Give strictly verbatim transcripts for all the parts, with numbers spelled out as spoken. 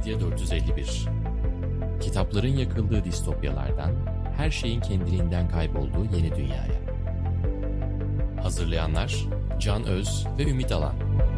Distopya dört yüz elli bir. Kitapların yakıldığı distopyalardan, her şeyin kendiliğinden kaybolduğu yeni dünyaya. Hazırlayanlar Can Öz ve Ümit Alan.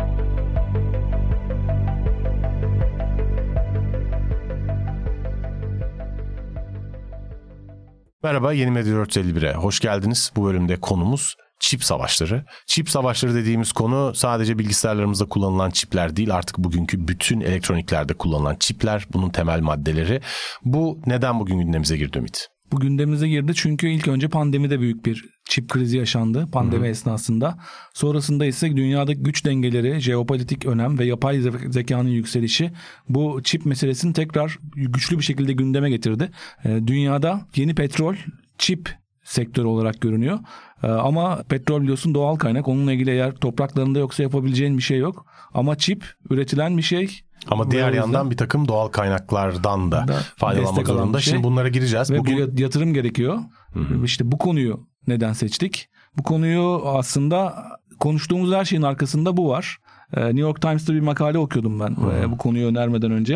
Merhaba, Yeni Medya dört yüz elli bire hoş geldiniz. Bu bölümde konumuz çip savaşları. Çip savaşları dediğimiz konu sadece bilgisayarlarımızda kullanılan çipler değil, artık bugünkü bütün elektroniklerde kullanılan çipler, bunun temel maddeleri. Bu neden bugün gündemimize girdi Ümit? Bu gündemimize girdi çünkü ilk önce pandemide büyük bir çip krizi yaşandı pandemi Hı-hı. esnasında. Sonrasında ise dünyadaki güç dengeleri, jeopolitik önem ve yapay zekanın yükselişi bu çip meselesini tekrar güçlü bir şekilde gündeme getirdi. Dünyada yeni petrol, çip sektörü olarak görünüyor. Ama petrol biliyorsun doğal kaynak. Onunla ilgili eğer topraklarında yoksa yapabileceğin bir şey yok. Ama çip üretilen bir şey. Ama diğer yandan bir takım doğal kaynaklardan da, da faydalanmak zorunda. Şey. Şimdi bunlara gireceğiz. Ve Bugün... bu yatırım gerekiyor. Hı-hı. İşte bu konuyu neden seçtik? Bu konuyu aslında konuştuğumuz her şeyin arkasında bu var. New York Times'ta bir makale okuyordum ben Hı-hı. bu konuyu önermeden önce.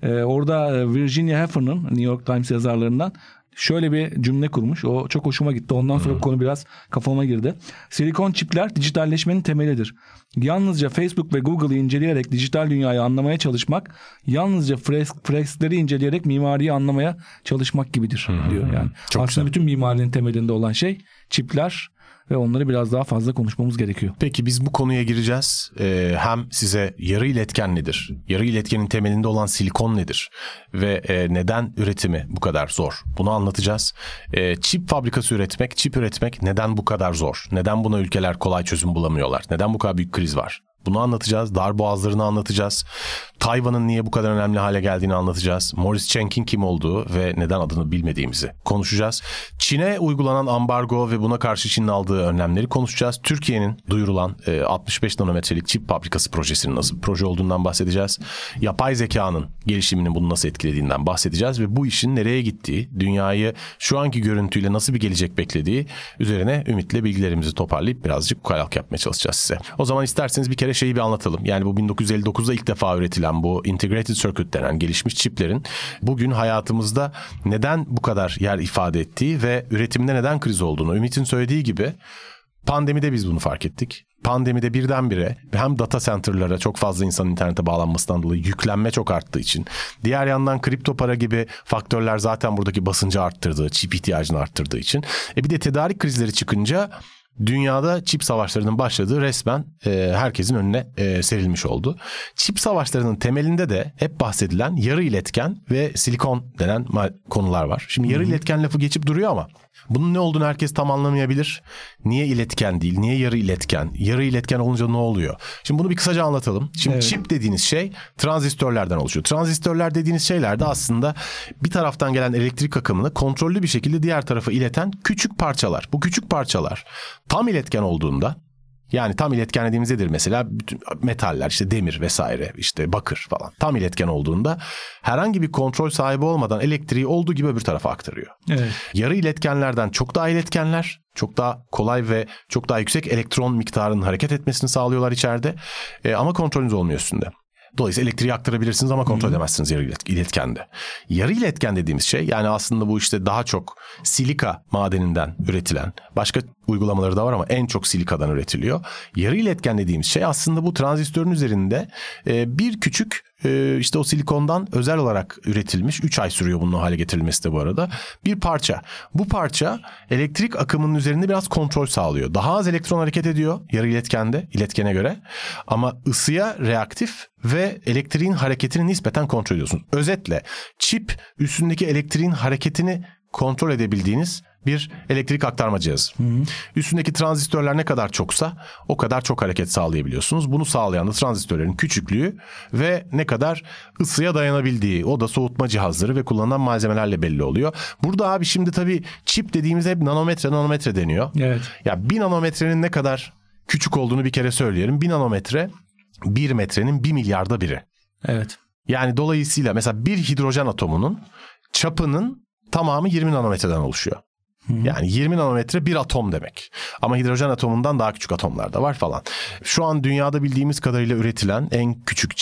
Orada Virginia Heffernan, New York Times yazarlarından şöyle bir cümle kurmuş. O çok hoşuma gitti. Ondan sonra hmm. bu konu biraz kafama girdi. Silikon çipler dijitalleşmenin temelidir. Yalnızca Facebook ve Google'ı inceleyerek dijital dünyayı anlamaya çalışmak, yalnızca fresk, freskleri inceleyerek mimariyi anlamaya çalışmak gibidir hmm. diyor. Yani çok aslında güzel. Bütün mimarinin temelinde olan şey çipler ve onları biraz daha fazla konuşmamız gerekiyor. Peki biz bu konuya gireceğiz. Ee, hem size yarı iletken nedir? Yarı iletkenin temelinde olan silikon nedir? Ve e, neden üretimi bu kadar zor? Bunu anlatacağız. E, çip fabrikası üretmek, çip üretmek neden bu kadar zor? Neden buna ülkeler kolay çözüm bulamıyorlar? Neden bu kadar büyük kriz var? Bunu anlatacağız. Darboğazlarını anlatacağız. Tayvan'ın niye bu kadar önemli hale geldiğini anlatacağız. Morris Chang'in kim olduğu ve neden adını bilmediğimizi konuşacağız. Çin'e uygulanan ambargo ve buna karşı Çin'in aldığı önlemleri konuşacağız. Türkiye'nin duyurulan altmış beş nanometrelik çip fabrikası projesinin nasıl bir proje olduğundan bahsedeceğiz. Yapay zekanın gelişiminin bunu nasıl etkilediğinden bahsedeceğiz ve bu işin nereye gittiği, dünyayı şu anki görüntüyle nasıl bir gelecek beklediği üzerine Ümit'le bilgilerimizi toparlayıp birazcık ukalalık yapmaya çalışacağız size. O zaman isterseniz bir kere şeyi bir anlatalım. Yani bu bin dokuz yüz elli dokuzda ilk defa üretilen bu integrated circuit denen gelişmiş çiplerin bugün hayatımızda neden bu kadar yer ifade ettiği ve üretimde neden kriz olduğunu, Ümit'in söylediği gibi pandemide biz bunu fark ettik. Pandemide birdenbire hem data center'lara çok fazla insanın internete bağlanmasından dolayı yüklenme çok arttığı için, diğer yandan kripto para gibi faktörler zaten buradaki basıncı arttırdığı, çip ihtiyacını arttırdığı için, e bir de tedarik krizleri çıkınca dünyada çip savaşlarının başladığı resmen e, herkesin önüne e, serilmiş oldu. Çip savaşlarının temelinde de hep bahsedilen yarı iletken ve silikon denen konular var. Şimdi yarı iletken lafı geçip duruyor ama bunun ne olduğunu herkes tam anlamayabilir. Niye iletken değil, niye yarı iletken? Yarı iletken olunca ne oluyor? Şimdi bunu bir kısaca anlatalım. Şimdi evet. Çip dediğiniz şey transistörlerden oluşuyor. Transistörler dediğiniz şeyler de aslında bir taraftan gelen elektrik akımını kontrollü bir şekilde diğer tarafa ileten küçük parçalar. Bu küçük parçalar tam iletken olduğunda, yani tam iletken dediğimiz nedir mesela? Bütün metaller, işte demir vesaire, işte bakır falan tam iletken olduğunda herhangi bir kontrol sahibi olmadan elektriği olduğu gibi öbür tarafa aktarıyor. Evet. Yarı iletkenlerden çok daha iletkenler, çok daha kolay ve çok daha yüksek elektron miktarının hareket etmesini sağlıyorlar içeride ee, ama kontrolünüz olmuyor üstünde. Dolayısıyla elektriği aktarabilirsiniz ama kontrol Hı-hı. edemezsiniz yarı iletkende. Yarı iletken dediğimiz şey, yani aslında bu işte daha çok silika madeninden üretilen, başka uygulamaları da var ama en çok silikadan üretiliyor. Yarı iletken dediğimiz şey aslında bu transistörün üzerinde e, bir küçük e, işte o silikondan özel olarak üretilmiş, üç ay sürüyor bunun hale getirilmesi de bu arada, bir parça. Bu parça elektrik akımının üzerinde biraz kontrol sağlıyor. Daha az elektron hareket ediyor yarı iletkende, iletkene göre, ama ısıya reaktif ve elektriğin hareketini nispeten kontrol ediyorsunuz. Özetle çip üstündeki elektriğin hareketini kontrol edebildiğiniz bir elektrik aktarma cihazı. Hı hı. Üstündeki transistörler ne kadar çoksa o kadar çok hareket sağlayabiliyorsunuz. Bunu sağlayan da transistörlerin küçüklüğü ve ne kadar ısıya dayanabildiği, o da soğutma cihazları ve kullanılan malzemelerle belli oluyor. Burada abi şimdi tabii çip dediğimizde hep nanometre nanometre deniyor. Evet. Ya bir nanometrenin ne kadar küçük olduğunu bir kere söyleyelim. Bir nanometre bir metrenin bir milyarda biri. Evet. Yani dolayısıyla mesela bir hidrojen atomunun çapının tamamı yirmi nanometreden oluşuyor. Hı. Yani yirmi nanometre bir atom demek. Ama hidrojen atomundan daha küçük atomlar da var falan. Şu an dünyada bildiğimiz kadarıyla üretilen en küçük çip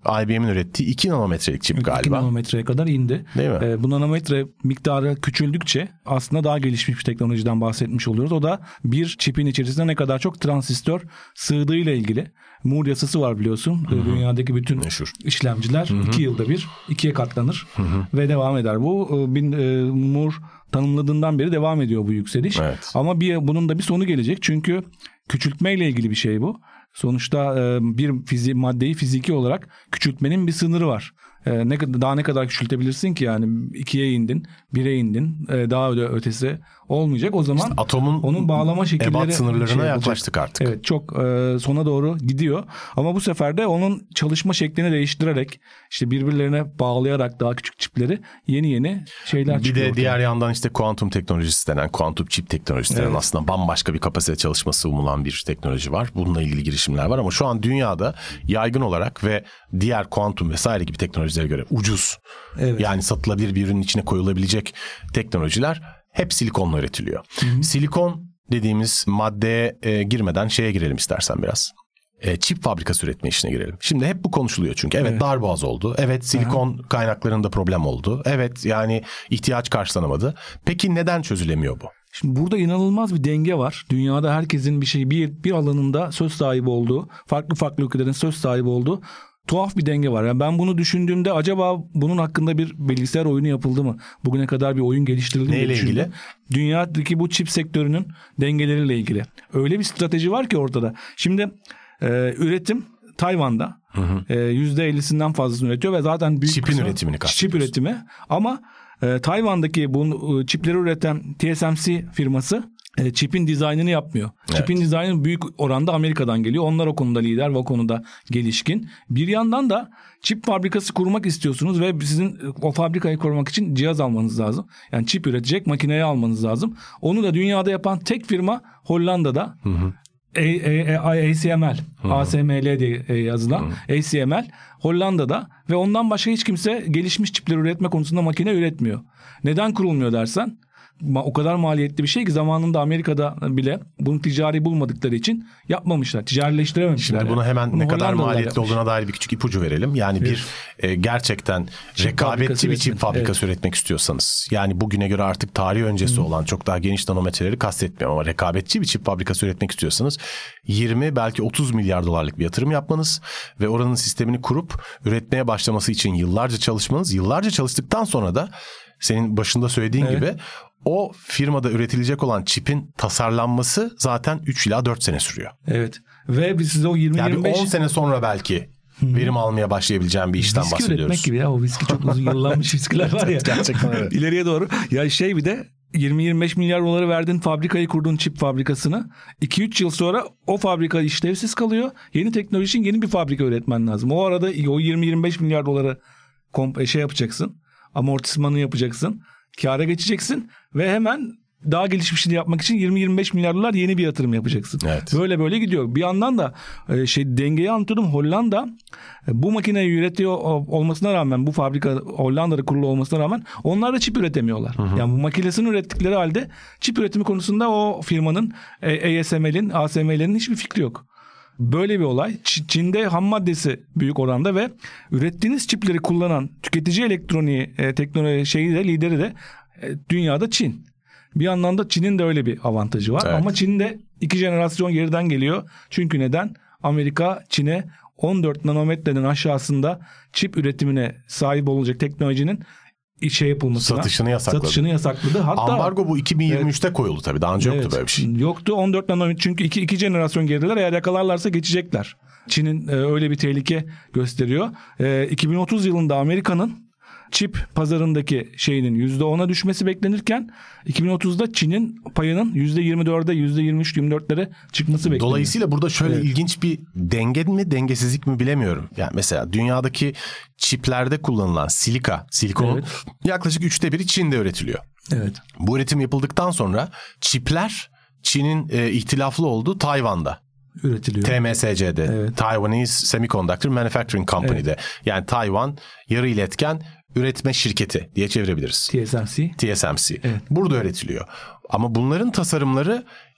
I B M'in ürettiği iki nanometrelik çip galiba. iki nanometreye kadar indi. Değil mi? Ee, bu nanometre miktarı küçüldükçe aslında daha gelişmiş bir teknolojiden bahsetmiş oluyoruz. O da bir çipin içerisinde ne kadar çok transistör sığdığıyla ilgili. Moore yasası var biliyorsun. Hı-hı. Dünyadaki bütün Meşhur. işlemciler Hı-hı. iki yılda bir ikiye katlanır Hı-hı. ve devam eder. Bu bin, e, Moore tanımladığından beri devam ediyor bu yükseliş. Evet. Ama bir bunun da bir sonu gelecek. Çünkü küçültmeyle ilgili bir şey bu. Sonuçta e, bir fizi, maddeyi fiziki olarak küçültmenin bir sınırı var. E, ne daha ne kadar küçültebilirsin ki yani ikiye indin, bire indin, e, daha öde, ötesi olmayacak. O zaman işte atomun onun bağlama şekilleri ebat sınırlarına şey yaklaştık artık. Evet, çok e, sona doğru gidiyor. Ama bu sefer de onun çalışma şeklini değiştirerek, işte birbirlerine bağlayarak daha küçük çipleri yeni yeni şeyler bir çıkıyor. Bir de ortaya. Diğer yandan işte kuantum teknolojisi denen, kuantum çip teknolojisi denen evet. aslında bambaşka bir kapasite çalışması umulan bir teknoloji var. Bununla ilgili girişimler var ama şu an dünyada yaygın olarak ve diğer kuantum vesaire gibi teknolojilere göre ucuz. Evet. Yani satılabilir bir ürünün içine koyulabilecek teknolojiler hep silikonla üretiliyor. Hı hı. Silikon dediğimiz maddeye e, girmeden şeye girelim istersen biraz. E, çip fabrikası üretme işine girelim. Şimdi hep bu konuşuluyor çünkü. Evet, evet. darboğaz oldu. Evet, silikon Aha. kaynaklarında problem oldu. Evet, yani ihtiyaç karşılanamadı. Peki neden çözülemiyor bu? Şimdi burada inanılmaz bir denge var. Dünyada herkesin bir şey bir bir alanında söz sahibi olduğu, farklı farklı ülkelerin söz sahibi olduğu tuhaf bir denge var. Yani ben bunu düşündüğümde acaba bunun hakkında bir bilgisayar oyunu yapıldı mı? Bugüne kadar bir oyun geliştirildi mi? Neyle ilgili? Dünyadaki bu çip sektörünün dengeleriyle ilgili. Öyle bir strateji var ki ortada. Şimdi e, üretim Tayvan'da hı hı. E, yüzde ellisinden fazlasını üretiyor ve zaten büyük çipin üretimini çip üretimi ama e, Tayvan'daki bu e, çipleri üreten T S M C firması e, çipin dizaynını yapmıyor. Evet. Çipin dizaynı büyük oranda Amerika'dan geliyor. Onlar o konuda lider ve o konuda gelişkin. Bir yandan da çip fabrikası kurmak istiyorsunuz ve sizin o fabrikayı kurmak için cihaz almanız lazım. Yani çip üretecek makineyi almanız lazım. Onu da dünyada yapan tek firma Hollanda'da. Hı hı. A C M L, hı hı. A S M L diye yazılan hı hı. A C M L Hollanda'da ve ondan başka hiç kimse gelişmiş çipleri üretme konusunda makine üretmiyor. Neden kurulmuyor dersen, o kadar maliyetli bir şey ki zamanında Amerika'da bile bunu ticari bulmadıkları için yapmamışlar, ticarileştirememişler. Şimdi bunu hemen bunu ne kadar maliyetli yapmış. olduğuna dair bir küçük ipucu verelim. Yani evet. bir e, gerçekten çip rekabetçi bir çip fabrikası evet. üretmek istiyorsanız, yani bugüne göre artık tarih öncesi Hı. olan çok daha geniş nanometreleri kastetmiyorum ama rekabetçi bir çip fabrikası üretmek istiyorsanız yirmi belki otuz milyar dolarlık bir yatırım yapmanız ve oranın sistemini kurup üretmeye başlaması için yıllarca çalışmanız, yıllarca çalıştıktan sonra da senin başında söylediğin evet. gibi o firmada üretilecek olan çipin tasarlanması zaten üç ila dört sene sürüyor. Evet. Ve biz size o yirmi yirmi beş... Yani on sene sonra belki verim almaya başlayabileceğim bir işten viski bahsediyoruz. Viski üretmek gibi ya. O viski çok uzun yıllanmış viskiler var ya. Gerçekten evet. İleriye doğru. Ya şey bir de yirmi yirmi beş milyar doları verdiğin fabrikayı kurduğun çip fabrikasını iki üç yıl sonra o fabrika işlevsiz kalıyor. Yeni teknoloji için yeni bir fabrika üretmen lazım. O arada o yirmi yirmi beş milyar doları komp- şey yapacaksın. Amortismanı yapacaksın. Kâra geçeceksin ve hemen daha gelişmişini yapmak için yirmi yirmi beş milyar dolar yeni bir yatırım yapacaksın. Evet. Böyle böyle gidiyor. Bir yandan da şey dengeyi anlatıyordum. Hollanda bu makineyi üretiyor olmasına rağmen, bu fabrika Hollanda'da kurulu olmasına rağmen onlar da çip üretemiyorlar. Hı hı. Yani bu makinesini ürettikleri halde çip üretimi konusunda o firmanın A S M L'in, A S M L'in hiçbir fikri yok. Böyle bir olay. Çin'de ham maddesi büyük oranda ve ürettiğiniz çipleri kullanan tüketici elektroniği e, teknoloji şeyi de lideri de e, dünyada Çin. Bir yandan da Çin'in de öyle bir avantajı var. Evet. Ama Çin de iki jenerasyon geriden geliyor. Çünkü neden? Amerika Çin'e on dört nanometrenin aşağısında çip üretimine sahip olacak teknolojinin şey yapılmasına, satışını yasakladı. Satışını yasakladı. Hatta ambargo bu iki bin yirmi üçte evet, koyuldu tabii. Daha önce evet, yoktu böyle bir şey. Yoktu. on dört nanometre çünkü iki, iki jenerasyon geriler. Eğer yakalarlarsa geçecekler. Çin'in e, öyle bir tehlike gösteriyor. E, iki bin otuz yılında Amerika'nın çip pazarındaki şeyinin yüzde ona düşmesi beklenirken iki bin otuzda Çin'in payının yüzde yirmi dörde, yüzde yirmi üç yirmi dörtlere çıkması bekleniyor. Dolayısıyla burada şöyle evet. ilginç bir denge mi, dengesizlik mi bilemiyorum. Yani mesela dünyadaki çiplerde kullanılan silika, silikonun evet. yaklaşık üçte biri Çin'de üretiliyor. Evet. Bu üretim yapıldıktan sonra çipler Çin'in e, ihtilaflı olduğu Tayvan'da üretiliyor. T M S C'de, evet. Taiwanese Semiconductor Manufacturing Company'de. Evet. Yani Tayvan yarı iletken üretme şirketi diye çevirebiliriz. T S M C. T S M C. Evet. Burada üretiliyor. Ama bunların tasarımları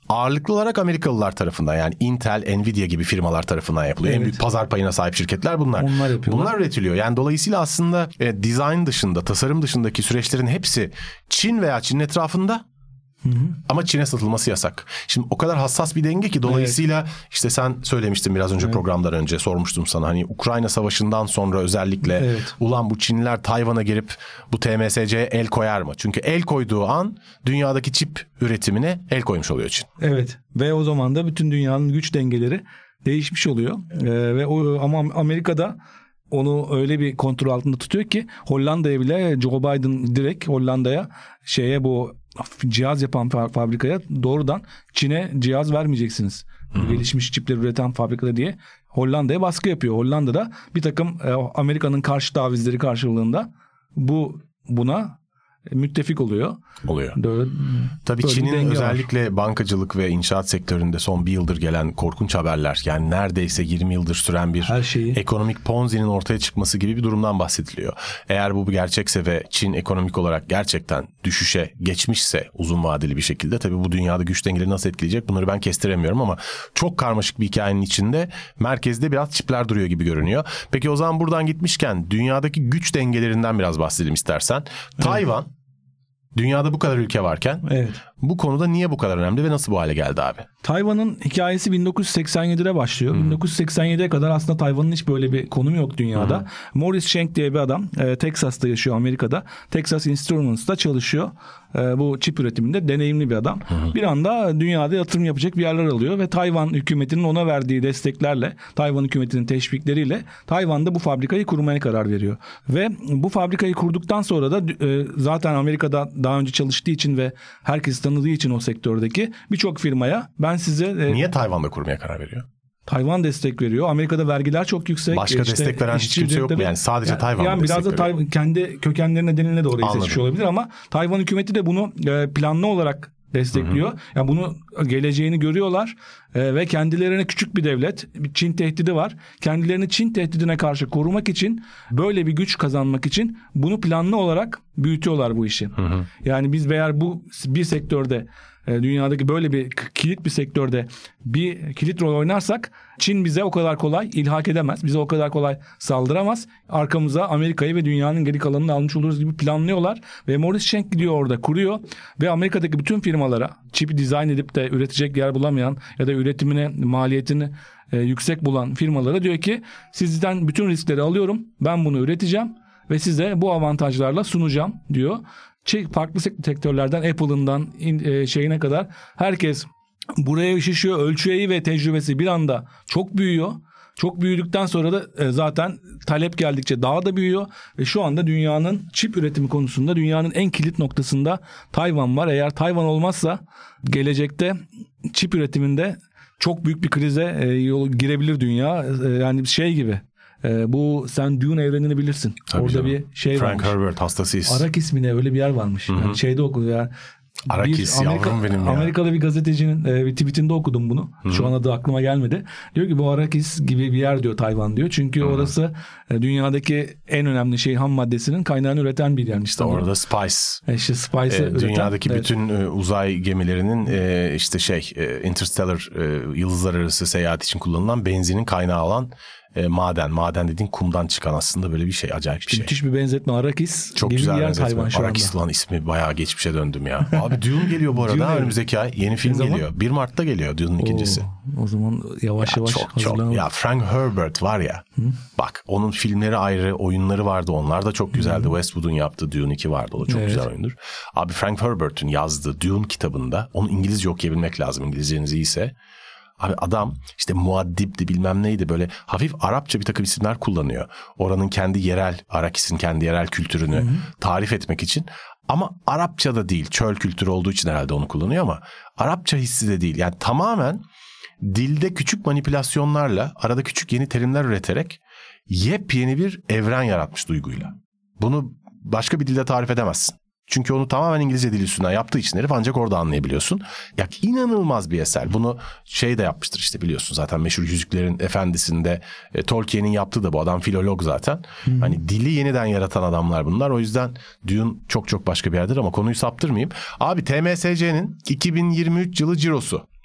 ağırlıklı olarak Amerikalılar tarafından, yani Intel, Nvidia gibi firmalar tarafından yapılıyor. Evet. En büyük pazar payına sahip şirketler bunlar. Onlar Bunlar üretiliyor. Yani dolayısıyla aslında e, design dışında, tasarım dışındaki süreçlerin hepsi Çin veya Çin'in etrafında. Hı hı. Ama Çin'e satılması yasak. Şimdi o kadar hassas bir denge ki dolayısıyla evet. işte sen söylemiştin biraz önce, evet. programdan önce sormuştum sana, hani Ukrayna Savaşı'ndan sonra özellikle evet. ulan bu Çinliler Tayvan'a girip bu T M S C'ye el koyar mı? Çünkü el koyduğu an dünyadaki çip üretimine el koymuş oluyor Çin. Evet, ve o zaman da bütün dünyanın güç dengeleri değişmiş oluyor. Ee, ve o, ama Amerika'da onu öyle bir kontrol altında tutuyor ki Hollanda'ya bile, Joe Biden direkt Hollanda'ya şeye, bu cihaz yapan fabrikaya doğrudan Çin'e cihaz vermeyeceksiniz. Bu gelişmiş çipler üreten fabrikada diye Hollanda'ya baskı yapıyor. Hollanda'da bir takım e, Amerika'nın karşı tavizleri karşılığında bu buna müttefik oluyor. Oluyor. Böyle, Tabii böyle Çin'in özellikle var. Bankacılık ve inşaat sektöründe son bir yıldır gelen korkunç haberler, yani neredeyse yirmi yıldır süren bir ekonomik Ponzi'nin ortaya çıkması gibi bir durumdan bahsediliyor. Eğer bu gerçekse ve Çin ekonomik olarak gerçekten düşüşe geçmişse uzun vadeli bir şekilde, tabii bu dünyada güç dengeleri nasıl etkileyecek bunları ben kestiremiyorum ama çok karmaşık bir hikayenin içinde merkezde biraz çipler duruyor gibi görünüyor. Peki o zaman buradan gitmişken dünyadaki güç dengelerinden biraz bahsedelim istersen. Evet. Tayvan, dünyada bu kadar ülke varken evet. bu konuda niye bu kadar önemli ve nasıl bu hale geldi abi? Tayvan'ın hikayesi bin dokuz yüz seksen yedide başlıyor. Hmm. bin dokuz yüz seksen yediye kadar aslında Tayvan'ın hiç böyle bir konumu yok dünyada. Hmm. Morris Chang diye bir adam e, Texas'ta yaşıyor, Amerika'da. Texas Instruments'ta çalışıyor. E, bu çip üretiminde deneyimli bir adam. Hmm. Bir anda dünyada yatırım yapacak bir yerler alıyor ve Tayvan hükümetinin ona verdiği desteklerle, Tayvan hükümetinin teşvikleriyle Tayvan'da bu fabrikayı kurmaya karar veriyor. Ve bu fabrikayı kurduktan sonra da e, zaten Amerika'da daha önce çalıştığı için ve herkes tanıdığı için o sektördeki birçok firmaya ben size... E, Niye Tayvan'da kurmaya karar veriyor? Tayvan destek veriyor. Amerika'da vergiler çok yüksek. Başka işte, destek veren hiç kimse yok mu? Yani sadece yani, Tayvan yani destek biraz da Tayvan, kendi kökenleri nedeniyle de orayı seçmiş olabilir ama Tayvan hükümeti de bunu e, planlı olarak destekliyor. Hı hı. Yani bunu geleceğini görüyorlar e, ve kendilerine küçük bir devlet, bir Çin tehdidi var. Kendilerini Çin tehdidine karşı korumak için, böyle bir güç kazanmak için bunu planlı olarak büyütüyorlar bu işi. Hı hı. Yani biz eğer bu bir sektörde, dünyadaki böyle bir kilit bir sektörde bir kilit rol oynarsak Çin bize o kadar kolay ilhak edemez. Bize o kadar kolay saldıramaz. Arkamıza Amerika'yı ve dünyanın geri kalanını almış oluruz gibi planlıyorlar. Ve Morris Chang gidiyor orada kuruyor ve Amerika'daki bütün firmalara, çipi dizayn edip de üretecek yer bulamayan ya da üretimine maliyetini e, yüksek bulan firmalara diyor ki sizden bütün riskleri alıyorum. Ben bunu üreteceğim ve size bu avantajlarla sunacağım diyor. Farklı sektörlerden Apple'ından şeyine kadar herkes buraya şişiyor. Ölçüğü ve tecrübesi bir anda çok büyüyor. Çok büyüdükten sonra da zaten talep geldikçe daha da büyüyor. Ve şu anda dünyanın çip üretimi konusunda dünyanın en kilit noktasında Tayvan var. Eğer Tayvan olmazsa gelecekte çip üretiminde çok büyük bir krize girebilir dünya. Yani şey gibi. Ee, bu sen Dune evrenini bilirsin. Tabii orada canım. Bir şey Frank varmış. Herbert hastasıyız. Arak ismine öyle bir yer varmış. Yani şeyde okudu yani. Arakis Amerika, yavrum benim ya. Amerikalı bir gazetecinin e, bir tweetinde okudum bunu. Hı-hı. Şu an adı aklıma gelmedi. Diyor ki bu Arakis gibi bir yer diyor Tayvan diyor. Çünkü Hı-hı. orası e, dünyadaki en önemli şey ham maddesinin kaynağını üreten bir yermiş. İşte orada Spice. E, işte Spice'ı e, üreten. Dünyadaki evet. bütün e, uzay gemilerinin e, işte şey e, interstellar e, yıldızlar arası seyahat için kullanılan benzinin kaynağı olan E, maden. Maden dediğin kumdan çıkan aslında böyle bir şey. Acayip bir şey. Müthiş bir benzetme. Arakis çok gibi güzel bir yer benzetme. Tayvan şu Arakis anda. lan ismi bayağı geçmişe döndüm ya. Abi Dune geliyor bu arada. Önümüzdeki ay yeni film geliyor. bir Mart'ta geliyor Dune'un ikincisi. O zaman yavaş ya yavaş çok çok. Ya Frank Herbert var ya. Hı? Bak onun filmleri ayrı, oyunları vardı. Onlar da çok güzeldi. Hı. Westwood'un yaptığı Dune iki vardı. O da çok evet. güzel oyundur. Abi Frank Herbert'ün yazdığı Dune kitabında, onu İngilizce okuyabilmek lazım. İngilizceniz iyiyse. Abi adam işte muaddipti bilmem neydi, böyle hafif Arapça bir takım isimler kullanıyor. Oranın kendi yerel, Arakis'in kendi yerel kültürünü Hı-hı. tarif etmek için. Ama Arapça da değil, çöl kültürü olduğu için herhalde onu kullanıyor ama Arapça hissi de değil. Yani tamamen dilde küçük manipülasyonlarla, arada küçük yeni terimler üreterek yepyeni bir evren yaratmış duyguyla. Bunu başka bir dilde tarif edemezsin. Çünkü onu tamamen İngilizce dili üstünden yaptığı için herif ancak orada anlayabiliyorsun. Ya inanılmaz bir eser. Bunu şey de yapmıştır işte, biliyorsun zaten meşhur Yüzüklerin Efendisi'nde e, Tolkien'in yaptığı da bu adam filolog zaten. Hmm. Hani dili yeniden yaratan adamlar bunlar. O yüzden Dune çok çok başka bir yerdir ama konuyu saptırmayayım. Abi T M S C'nin iki bin yirmi üç yılı cirosu.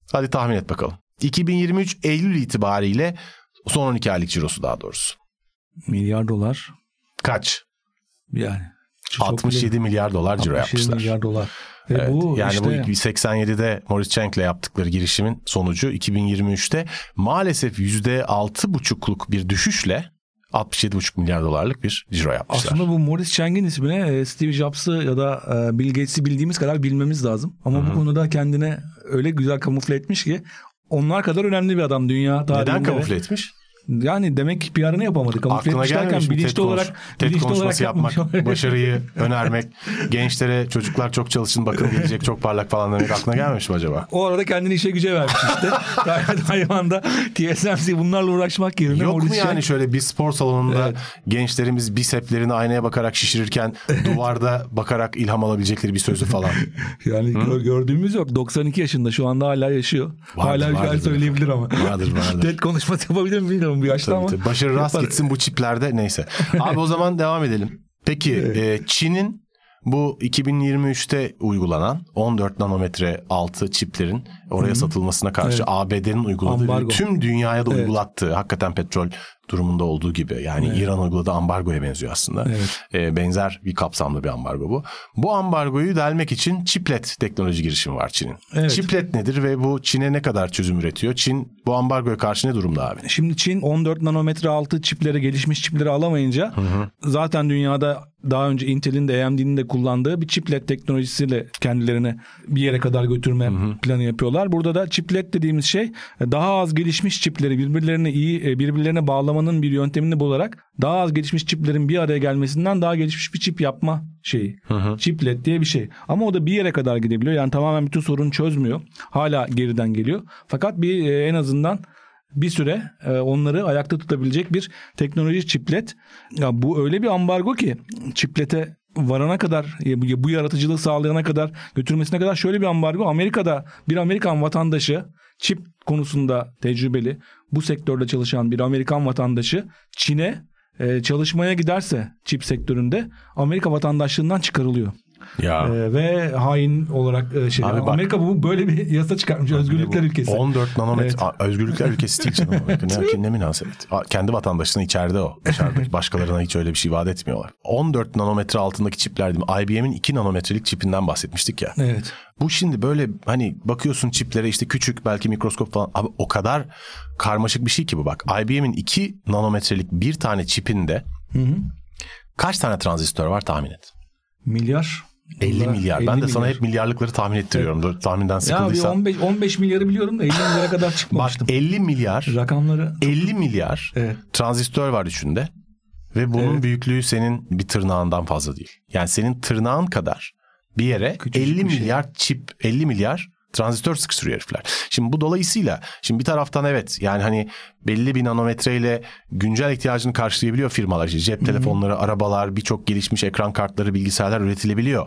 Hadi tahmin et bakalım. iki bin yirmi üç Eylül itibariyle son on iki aylık cirosu daha doğrusu. Milyar dolar. Kaç? Yani. altmış yedi milyar dolar ciro altmış yedi yapmışlar. milyar dolar. Ve Evet, bu yani işte... bu seksen yedide Maurice Chank'le yaptıkları girişimin sonucu iki bin yirmi üçte maalesef yüzde altı buçukluk bir düşüşle altmış yedi buçuk milyar dolarlık bir ciro yapmışlar. Aslında bu Maurice Chank'in ismini Steve Jobs'ı ya da Bill Gates'i bildiğimiz kadar bilmemiz lazım. Ama Hı-hı. bu konuda kendine öyle güzel kamufle etmiş ki onlar kadar önemli bir adam dünya tarihinde. Neden kamufle etmiş? Yani demek ki P R'ını yapamadı. Kamufle aklına etmişlerken bilinçli TED olarak konuş, TED bilinçli konuşması olarak yapmak, başarıyı önermek, gençlere çocuklar çok çalışın bakın gelecek çok parlak falan demek aklına gelmemiş mi acaba? O arada kendini işe güce vermiş işte. Hayvanda T S M C bunlarla uğraşmak yerine. Yok mu şey... yani şöyle bir spor salonunda evet. gençlerimiz biseplerini aynaya bakarak şişirirken duvarda bakarak ilham alabilecekleri bir sözü falan. Yani gör, gördüğümüz yok. doksan iki yaşında şu anda hala yaşıyor. Vardır, hala bir şey söyleyebilir ama. Vardır vardır. TED konuşması yapabilir mi bilmiyorum bu yaşta tabii, ama. Tabii. Başarı rast yapar. Gitsin bu çiplerde neyse. Abi o zaman devam edelim. Peki evet. e, Çin'in bu iki bin yirmi üçte uygulanan on dört nanometre altı çiplerin oraya Hı-hı. satılmasına karşı evet. A B D'nin uyguladığı ambargo. Tüm dünyaya da evet. uygulattığı hakikaten petrol durumunda olduğu gibi yani evet. İran uyguladığı ambargoya benziyor aslında. Evet. E, benzer bir kapsamlı bir ambargo bu. Bu ambargoyu delmek için chiplet teknoloji girişimi var Çin'in. Evet. Chiplet nedir ve bu Çin'e ne kadar çözüm üretiyor? Çin bu ambargoya karşı ne durumda abi? Şimdi Çin on dört nanometre altı çipleri gelişmiş çipleri alamayınca Hı-hı. zaten dünyada daha önce Intel'in de A M D'nin de kullandığı bir chiplet teknolojisiyle kendilerini bir yere kadar götürme Hı-hı. planı yapıyorlar. Burada da chiplet dediğimiz şey daha az gelişmiş çipleri birbirlerine iyi birbirlerine bağlamanın bir yöntemini bularak daha az gelişmiş çiplerin bir araya gelmesinden daha gelişmiş bir çip yapma şeyi. Hı-hı. Chiplet diye bir şey. Ama o da bir yere kadar gidebiliyor. Yani tamamen bütün sorunu çözmüyor. Hala geriden geliyor. Fakat bir en azından bir süre onları ayakta tutabilecek bir teknoloji chiplet. Ya bu öyle bir ambargo ki chiplete varana kadar bu yaratıcılığı sağlayana kadar götürmesine kadar şöyle bir ambargo. Amerika'da bir Amerikan vatandaşı çip konusunda tecrübeli bu sektörde çalışan bir Amerikan vatandaşı Çin'e çalışmaya giderse çip sektöründe Amerika vatandaşlığından çıkarılıyor. Ya. Ee, ve hain olarak e, şey. Abi Amerika bak, bu böyle bir yasa çıkarmış. Özgürlükler ülkesi. on dört nanometre evet. Özgürlükler ülkesi değil canım. ne, ne münasebet. Kendi vatandaşına içeride o. Dışarıda başkalarına hiç öyle bir şey vaat etmiyorlar. on dört nanometre altındaki çipler değil mi? I B M'in iki nanometrelik çipinden bahsetmiştik ya. Evet. Bu şimdi böyle hani bakıyorsun çiplere işte küçük belki mikroskop falan. Abi o kadar karmaşık bir şey ki bu bak. I B M'in iki nanometrelik bir tane çipinde hı hı. kaç tane transistör var tahmin et. Milyar. elli milyar. Ben de milyar. Sana hep milyarlıkları tahmin ettiriyorum. Evet. Tahminden sıkıldıysan. Ya on beş on beş milyarı biliyorum da elli milyara kadar çıkmamıştım. Bak elli milyar. Rakamları. elli milyar evet. transistör var içinde. Ve bunun evet. büyüklüğü senin bir tırnağından fazla değil. Yani senin tırnağın kadar bir yere küçücük elli bir milyar şey. Çip, elli milyar transistör sıkıştırıyor herifler. Şimdi bu dolayısıyla şimdi bir taraftan evet yani hani belli bir nanometreyle güncel ihtiyacını karşılayabiliyor firmalar. İşte cep Hı-hı. telefonları, arabalar, birçok gelişmiş ekran kartları, bilgisayarlar üretilebiliyor.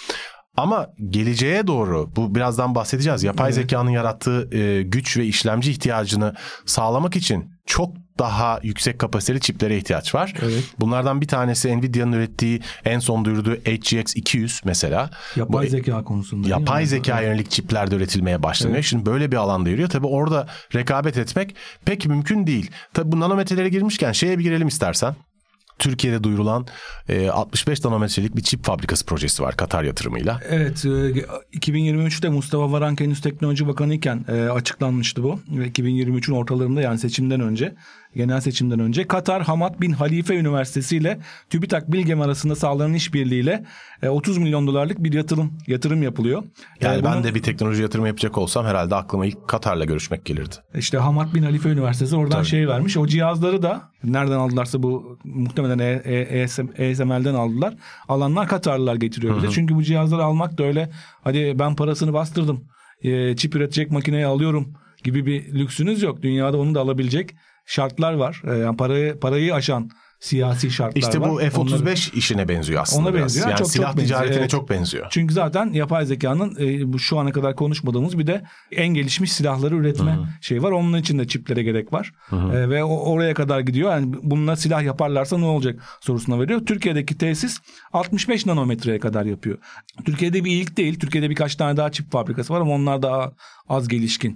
Ama geleceğe doğru bu birazdan bahsedeceğiz. Yapay evet. zekanın yarattığı e, güç ve işlemci ihtiyacını sağlamak için çok daha yüksek kapasiteli çiplere ihtiyaç var. Evet. Bunlardan bir tanesi Nvidia'nın ürettiği en son duyurduğu H G X iki yüz mesela. Yapay bu, zeka konusunda. Yapay zeka yönelik çiplerde üretilmeye başlanıyor. Evet. Şimdi böyle bir alanda yürüyor. Tabii orada rekabet etmek pek mümkün değil. Tabii bu nanometrelere girmişken şeye bir girelim istersen. Türkiye'de duyurulan e, altmış beş nanometrelik bir çip fabrikası projesi var Katar yatırımıyla. Evet, e, iki bin yirmi üçte Mustafa Varank henüz teknoloji bakanı iken e, açıklanmıştı bu. iki bin yirmi üçün ortalarında yani seçimden önce, genel seçimden önce Katar Hamad bin Halife Üniversitesi ile TÜBİTAK Bilgem arasında sağlanan işbirliğiyle e, otuz milyon dolarlık bir yatırım yatırım yapılıyor. Yani e, ben bunu, de bir teknoloji yatırımı yapacak olsam herhalde aklıma ilk Katar'la görüşmek gelirdi. İşte Hamad bin Halife Üniversitesi oradan Tabii. şey vermiş. O cihazları da nereden aldılarsa bu muhtemelen E S M L'den aldılar. Alanlar Katarlılar getiriyor bize. Çünkü bu cihazları almak da öyle hadi ben parasını bastırdım. E, çip üretecek makineyi alıyorum gibi bir lüksünüz yok. Dünyada onu da alabilecek şartlar var. E, yani parayı parayı aşan siyasi şartlar işte var. İşte bu F otuz beş Onları, işine benziyor aslında. Ona benziyor. Yani çok, silah çok ticaretine benziyor. çok benziyor. Çünkü zaten yapay zekanın e, bu şu ana kadar konuşmadığımız bir de en gelişmiş silahları üretme Hı-hı. şey var. Onun için de çiplere gerek var. E, ve o, oraya kadar gidiyor. Yani bununla silah yaparlarsa ne olacak sorusuna veriyor. Türkiye'deki tesis altmış beş nanometreye kadar yapıyor. Türkiye'de bir ilk değil. Türkiye'de birkaç tane daha çip fabrikası var ama onlar daha az gelişkin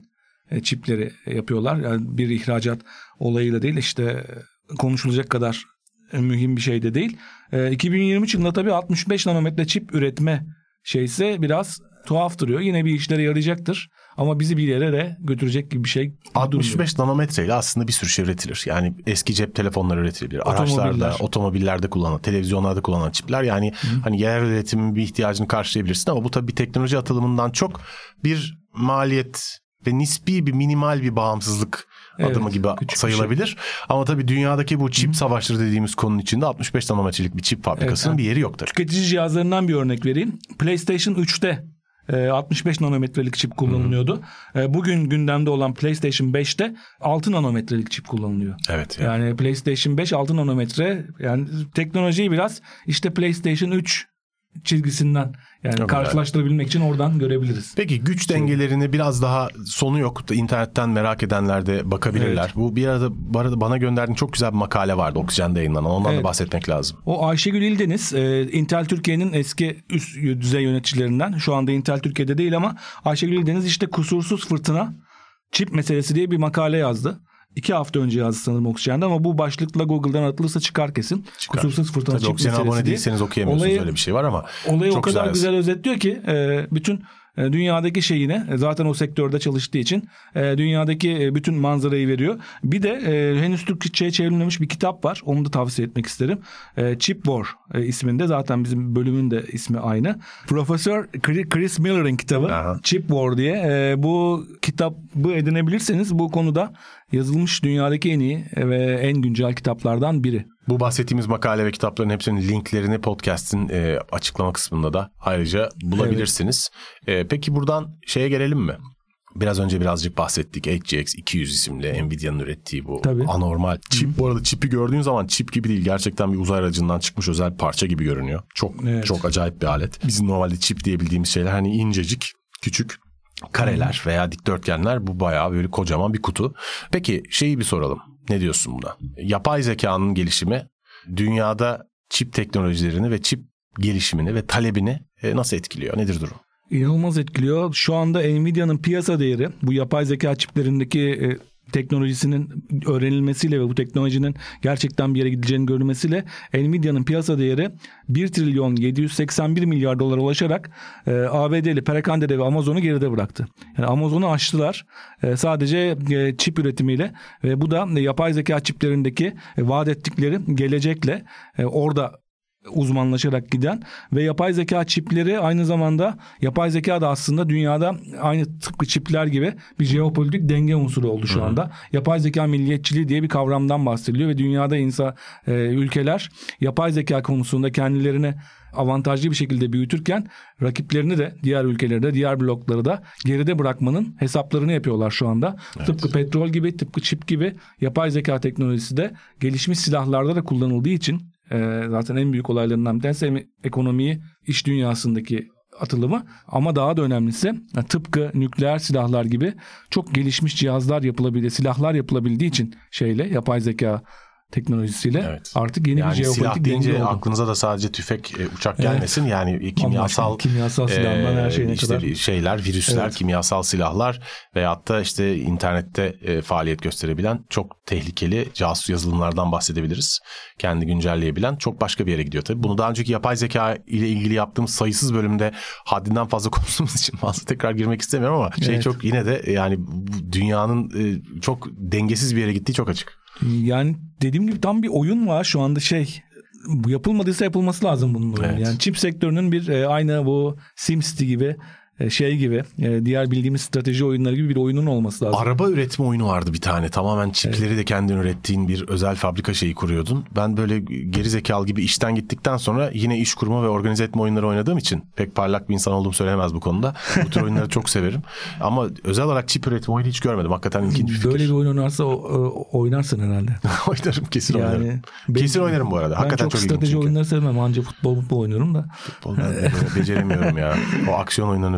çipleri yapıyorlar. Yani bir ihracat olayıyla değil, işte konuşulacak kadar mühim bir şey de değil. iki bin yirmi üç yılında tabii altmış beş nanometre çip üretme şeyse biraz tuhaf duruyor. Yine bir işlere yarayacaktır. Ama bizi bir yere de götürecek gibi bir şey. altmış beş nanometre ile aslında bir sürü şey üretilir. Yani eski cep telefonları üretilebilir. Otomobiller. Araçlarda, otomobillerde kullanılan, televizyonlarda kullanılan çipler. Yani Hı. hani yerel üretimin bir ihtiyacını karşılayabilirsin ama bu tabii bir teknoloji atılımından çok bir maliyet ve nispi bir minimal bir bağımsızlık adımı evet, gibi sayılabilir. Şey. Ama tabii dünyadaki bu çip Hı. savaşları dediğimiz konunun içinde altmış beş nanometrelik bir çip fabrikasının evet, bir yeri yoktur. Tüketici cihazlarından bir örnek vereyim. PlayStation üçte altmış beş nanometrelik çip kullanılıyordu. Hı-hı. Bugün gündemde olan PlayStation beşte altı nanometrelik çip kullanılıyor. Evet. Yani, yani PlayStation beş altı nanometre, yani teknolojiyi biraz işte PlayStation üç çizgisinden yani Çok karşılaştırabilmek güzel. için oradan görebiliriz. Peki güç dengelerini biraz daha sonu yok. İnternetten merak edenler de bakabilirler. Evet. Bu bir arada, bu arada bana gönderdiğin çok güzel bir makale vardı Oksijen'de yayınlanan. Ondan evet. da bahsetmek lazım. O Ayşegül İldeniz, Intel Türkiye'nin eski üst düzey yöneticilerinden. Şu anda Intel Türkiye'de değil ama Ayşegül İldeniz işte kusursuz fırtına çip meselesi diye bir makale yazdı. İki hafta önce yazdı sanırım Oksijen'de ama bu başlıkla Google'dan atılırsa çıkar kesin. Çıkar. Kusursuz fırtına çip meselesi Oksijen abone diye. değilseniz okuyamıyorsunuz, olayı, öyle bir şey var ama. Olayı çok o kadar güzel, güzel özetliyor ki bütün dünyadaki şeyine, zaten o sektörde çalıştığı için dünyadaki bütün manzarayı veriyor. Bir de henüz Türkçe'ye çevrilmemiş bir kitap var. Onu da tavsiye etmek isterim. Chip War isminde, zaten bizim bölümün de ismi aynı. Profesör Chris Miller'ın kitabı Aha. Chip War diye. Bu kitabı edinebilirseniz bu konuda yazılmış dünyadaki en iyi ve en güncel kitaplardan biri. Bu bahsettiğimiz makale ve kitapların hepsinin linklerini podcast'in e, açıklama kısmında da ayrıca bulabilirsiniz. Evet. E, peki buradan şeye gelelim mi? Biraz önce birazcık bahsettik. H G X iki yüz isimli Nvidia'nın ürettiği bu Tabii. anormal çip. Hı. Bu arada çipi gördüğün zaman çip gibi değil. Gerçekten bir uzay aracından çıkmış özel parça gibi görünüyor. Çok evet. çok acayip bir alet. Bizim normalde çip diye bildiğimiz şeyler hani incecik, küçük kareler hmm. veya dikdörtgenler. Bu bayağı böyle kocaman bir kutu. Peki şeyi bir soralım. Ne diyorsun buna? Yapay zekanın gelişimi dünyada çip teknolojilerini ve çip gelişimini ve talebini nasıl etkiliyor? Nedir durum? İnanılmaz etkiliyor. Şu anda Nvidia'nın piyasa değeri bu yapay zeka çiplerindeki teknolojisinin öğrenilmesiyle ve bu teknolojinin gerçekten bir yere gideceğini görülmesiyle Nvidia'nın piyasa değeri bir trilyon yedi yüz seksen bir milyar dolara ulaşarak e, A B D'li perakende ve Amazon'u geride bıraktı. Yani Amazon'u aştılar e, sadece e, çip üretimiyle ve bu da e, yapay zeka çiplerindeki e, vaat ettikleri gelecekle e, orada uzmanlaşarak giden ve yapay zeka çipleri aynı zamanda yapay zeka da aslında dünyada aynı tıpkı çipler gibi bir jeopolitik denge unsuru oldu şu anda. Hı hı. Yapay zeka milliyetçiliği diye bir kavramdan bahsediliyor ve dünyada insan e, ülkeler yapay zeka konusunda kendilerini avantajlı bir şekilde büyütürken rakiplerini de, diğer ülkeleri de, diğer blokları da geride bırakmanın hesaplarını yapıyorlar şu anda. Evet. Tıpkı petrol gibi, tıpkı çip gibi yapay zeka teknolojisi de gelişmiş silahlarda da kullanıldığı için Ee, zaten en büyük olaylarından bir tanesi hem ekonomiyi, iş dünyasındaki atılımı ama daha da önemlisi yani tıpkı nükleer silahlar gibi çok gelişmiş cihazlar yapılabildiği, silahlar yapılabildiği için şeyle, yapay zeka teknolojisiyle evet. artık yeni yani bir jeopolitik denge oldu. Silah deyince aklınıza da sadece tüfek, e, uçak gelmesin. Evet. Yani kimyasal kimyasal silahlar, e, her şeyine işte kadar. şeyler, virüsler, evet. kimyasal silahlar veyahut da işte internette e, faaliyet gösterebilen çok tehlikeli casus yazılımlardan bahsedebiliriz. Kendi güncelleyebilen çok başka bir yere gidiyor tabii. Bunu daha önceki yapay zeka ile ilgili yaptığımız sayısız bölümde haddinden fazla konuştuğumuz için fazla tekrar girmek istemiyorum ama şey evet. çok yine de yani dünyanın e, çok dengesiz bir yere gittiği çok açık. Yani dediğim gibi tam bir oyun var şu anda şey. Bu yapılmadıysa yapılması lazım bunun. Evet. Yani çip sektörünün bir e, aynı bu SimCity gibi e, şey gibi e, diğer bildiğimiz strateji oyunları gibi bir oyunun olması lazım. Araba üretme oyunu vardı bir tane. Tamamen çipleri evet. de kendin ürettiğin bir özel fabrika şeyi kuruyordun. Ben böyle geri zekalı gibi işten gittikten sonra yine iş kurma ve organize etme oyunları oynadığım için pek parlak bir insan olduğum söylenemez bu konuda. Bu tür oyunları çok severim. Ama özel olarak çip üretme oyunu hiç görmedim. Hakikaten ilginç bir fikir. Böyle bir oyun oynarsa o, o, oynarsın herhalde. Oynarım kesin yani, oynarım. Ben, kesin oynarım bu arada. Hakikaten ben çok, çok strateji oyunları sevmem. Anca futbol futbol oynuyorum da. Futbol ben beceremiyorum ya. O aksiyon oyunlarını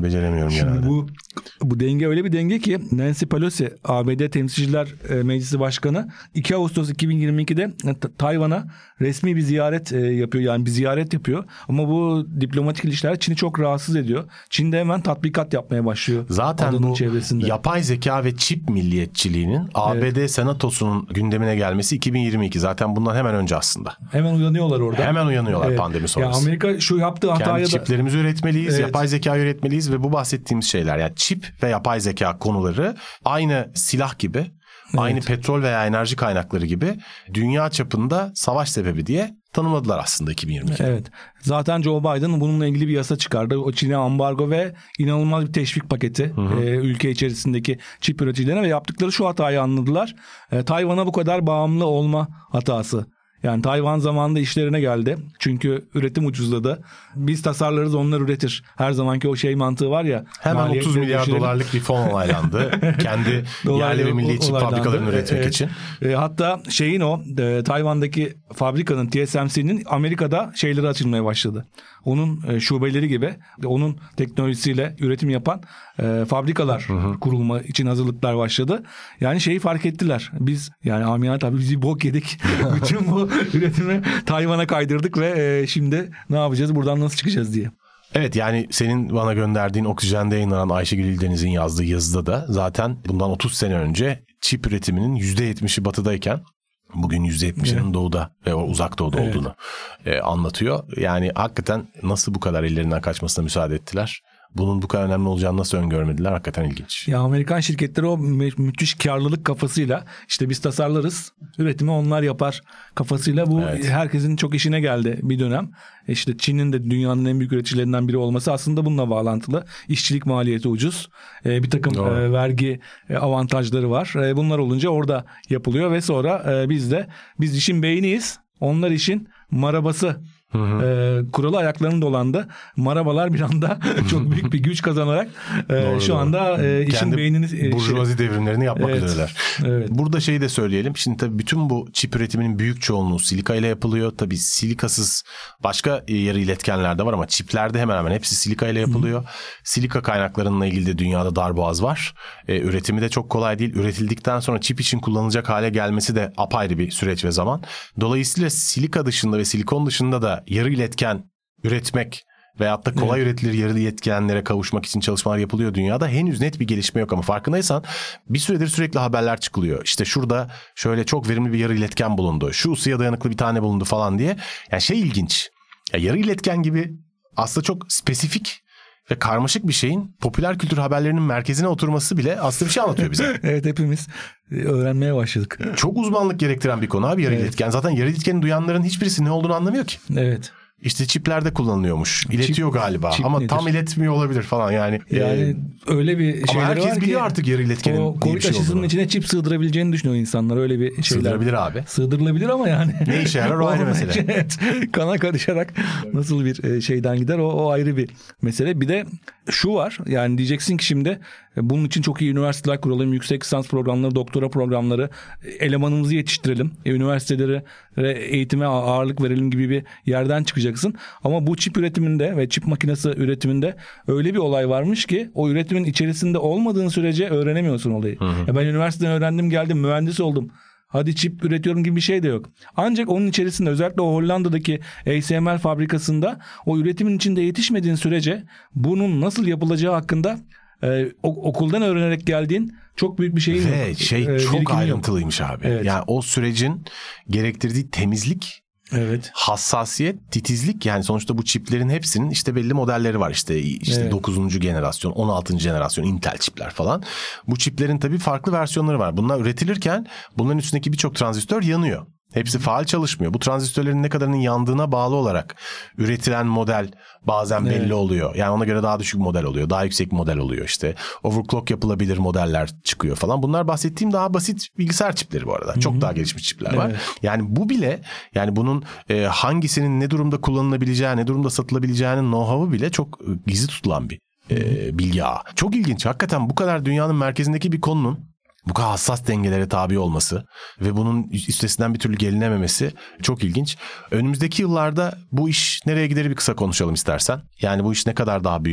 beceremiyorum Şimdi genelde. bu bu denge öyle bir denge ki Nancy Pelosi A B D Temsilciler Meclisi Başkanı iki Ağustos iki bin yirmi ikide Tayvan'a resmi bir ziyaret yapıyor. Yani bir ziyaret yapıyor. Ama bu diplomatik ilişkiler Çin'i çok rahatsız ediyor. Çin de hemen tatbikat yapmaya başlıyor. Zaten bu çevresinde. Yapay zeka ve çip milliyetçiliğinin A B D evet. Senatosu'nun gündemine gelmesi iki bin yirmi iki. Zaten bundan hemen önce aslında. Hemen uyanıyorlar orada. Hemen uyanıyorlar evet. pandemi sonrası. Ya Amerika şu yaptığı hataya Kendi da... çiplerimizi üretmeliyiz, evet. yapay zeka üretmeliyiz ve bu bahsettiğimiz şeyler yani çip ve yapay zeka konuları aynı silah gibi, evet. aynı petrol veya enerji kaynakları gibi dünya çapında savaş sebebi diye tanımladılar aslında iki bin yirmi iki. Evet. Zaten Joe Biden bununla ilgili bir yasa çıkardı. O Çin'e ambargo ve inanılmaz bir teşvik paketi e, ülke içerisindeki çip üreticilerine ve yaptıkları şu hatayı anladılar. E, Tayvan'a bu kadar bağımlı olma hatası. Yani Tayvan zamanında işlerine geldi. Çünkü üretim ucuzladı. Biz tasarlarız, onlar üretir. Her zamanki o şey mantığı var ya. Hemen otuz milyar düşürelim. Dolarlık bir fon onaylandı. Kendi yerli ve milli çip fabrikalarını üretmek evet. için. E, hatta şeyin o e, Tayvan'daki fabrikanın T S M C'nin Amerika'da şeyleri açılmaya başladı. Onun e, şubeleri gibi onun teknolojisiyle üretim yapan e, fabrikalar hı hı. kurulma için hazırlıklar başladı. Yani şeyi fark ettiler. Biz yani amiyane tabii bizi bok yedik. Bütün bu üretimi Tayvan'a kaydırdık ve e, şimdi ne yapacağız? Buradan nasıl çıkacağız diye. Evet yani senin bana gönderdiğin Oksijen'de yayınlanan Ayşegül İldeniz'in yazdığı yazıda da zaten bundan otuz sene önce çip üretiminin yüzde yetmişi batıdayken bugün yüzde yetmişinin evet. doğuda ve uzak doğuda evet. olduğunu e, anlatıyor. Yani hakikaten nasıl bu kadar ellerinden kaçmasına müsaade ettiler? Bunun bu kadar önemli olacağını nasıl öngörmediler? Hakikaten ilginç. Ya Amerikan şirketleri o mü- müthiş karlılık kafasıyla işte biz tasarlarız, üretimi onlar yapar kafasıyla bu evet. herkesin çok işine geldi bir dönem. İşte Çin'in de dünyanın en büyük üreticilerinden biri olması aslında bununla bağlantılı. İşçilik maliyeti ucuz. Ee, bir takım e, vergi e, avantajları var. E, bunlar olunca orada yapılıyor ve sonra e, biz de biz işin beyniyiz. Onlar işin marabası. Hı hı. E, kuralı ayaklarının dolandı. Marabalar bir anda çok büyük bir güç kazanarak e, doğru, şu doğru. anda e, işin kendi beynini... E, burjuvazi şey, devrimlerini yapmak evet, üzereler. Evet. Burada şeyi de söyleyelim. Şimdi tabii bütün bu çip üretiminin büyük çoğunluğu silika ile yapılıyor. Tabii silikasız başka yarı iletkenler de var ama çiplerde hemen hemen hepsi silika ile yapılıyor. Hı. Silika kaynaklarıyla ilgili de dünyada darboğaz var. E, üretimi de çok kolay değil. Üretildikten sonra çip için kullanılacak hale gelmesi de apayrı bir süreç ve zaman. Dolayısıyla silika dışında ve silikon dışında da yarı iletken üretmek veyahut da kolay evet. üretilir yarı iletkenlere kavuşmak için çalışmalar yapılıyor dünyada. Henüz net bir gelişme yok ama farkındaysan bir süredir sürekli haberler çıkılıyor. İşte şurada şöyle çok verimli bir yarı iletken bulundu. Şu ısıya dayanıklı bir tane bulundu falan diye. Yani şey ilginç. Ya yarı iletken gibi aslında çok spesifik ve karmaşık bir şeyin popüler kültür haberlerinin merkezine oturması bile aslında bir şey anlatıyor bize. Evet hepimiz öğrenmeye başladık. Çok uzmanlık gerektiren bir konu abi yarı evet. iletken. Zaten yarı iletkeni duyanların hiçbirisi ne olduğunu anlamıyor ki. Evet. İşte çiplerde kullanılıyormuş. İletiyor çip, galiba çip ama nedir? Tam iletmiyor olabilir falan yani. Yani e, öyle bir şeyler var ki. Ama herkes biliyor artık yarı iletkenin o Covid şey aşısının olduğunu. içine çip sığdırabileceğini düşünüyor insanlar. Öyle bir şeyler. Sığdırabilir abi. Sığdırılabilir ama yani. Ne işe yarar o ayrı mesele. Evet. Kana karışarak nasıl bir şeyden gider o, o ayrı bir mesele. Bir de şu var yani diyeceksin ki şimdi bunun için çok iyi üniversiteler kuralım. Yüksek lisans programları, doktora programları, elemanımızı yetiştirelim. Üniversitelere eğitime ağırlık verelim gibi bir yerden çıkacaksın. Ama bu çip üretiminde ve çip makinesi üretiminde öyle bir olay varmış ki o üretimin içerisinde olmadığın sürece öğrenemiyorsun olayı. Hı hı. Ya ben üniversiteden öğrendim geldim mühendis oldum. Hadi çip üretiyorum gibi bir şey de yok. Ancak onun içerisinde özellikle o Hollanda'daki A S M L fabrikasında o üretimin içinde yetişmediğin sürece bunun nasıl yapılacağı hakkında e, okuldan öğrenerek geldiğin çok büyük bir şeyin Ve yok. şey e, çok ayrıntılıymış yok. Abi. Evet. Yani o sürecin gerektirdiği temizlik, evet. hassasiyet, titizlik yani sonuçta bu çiplerin hepsinin işte belli modelleri var. İşte işte evet. dokuzuncu jenerasyon, on altıncı jenerasyon Intel çipler falan. Bu çiplerin tabii farklı versiyonları var. Bunlar üretilirken bunların üstündeki birçok transistör yanıyor. Hepsi faal çalışmıyor. Bu transistörlerin ne kadarının yandığına bağlı olarak üretilen model bazen evet. belli oluyor. Yani ona göre daha düşük model oluyor. Daha yüksek model oluyor işte. Overclock yapılabilir modeller çıkıyor falan. Bunlar bahsettiğim daha basit bilgisayar çipleri bu arada. Hı-hı. Çok daha gelişmiş çipler var. Evet. Yani bu bile yani bunun e, hangisinin ne durumda kullanılabileceği, ne durumda satılabileceğinin know-how'u bile çok e, gizli tutulan bir e, bilgi ağı. Çok ilginç. Hakikaten bu kadar dünyanın merkezindeki bir konunun bu kadar hassas dengelere tabi olması ve bunun üstesinden bir türlü gelinememesi çok ilginç. Önümüzdeki yıllarda bu iş nereye gider bir kısa konuşalım istersen. Yani bu iş ne kadar daha büyür?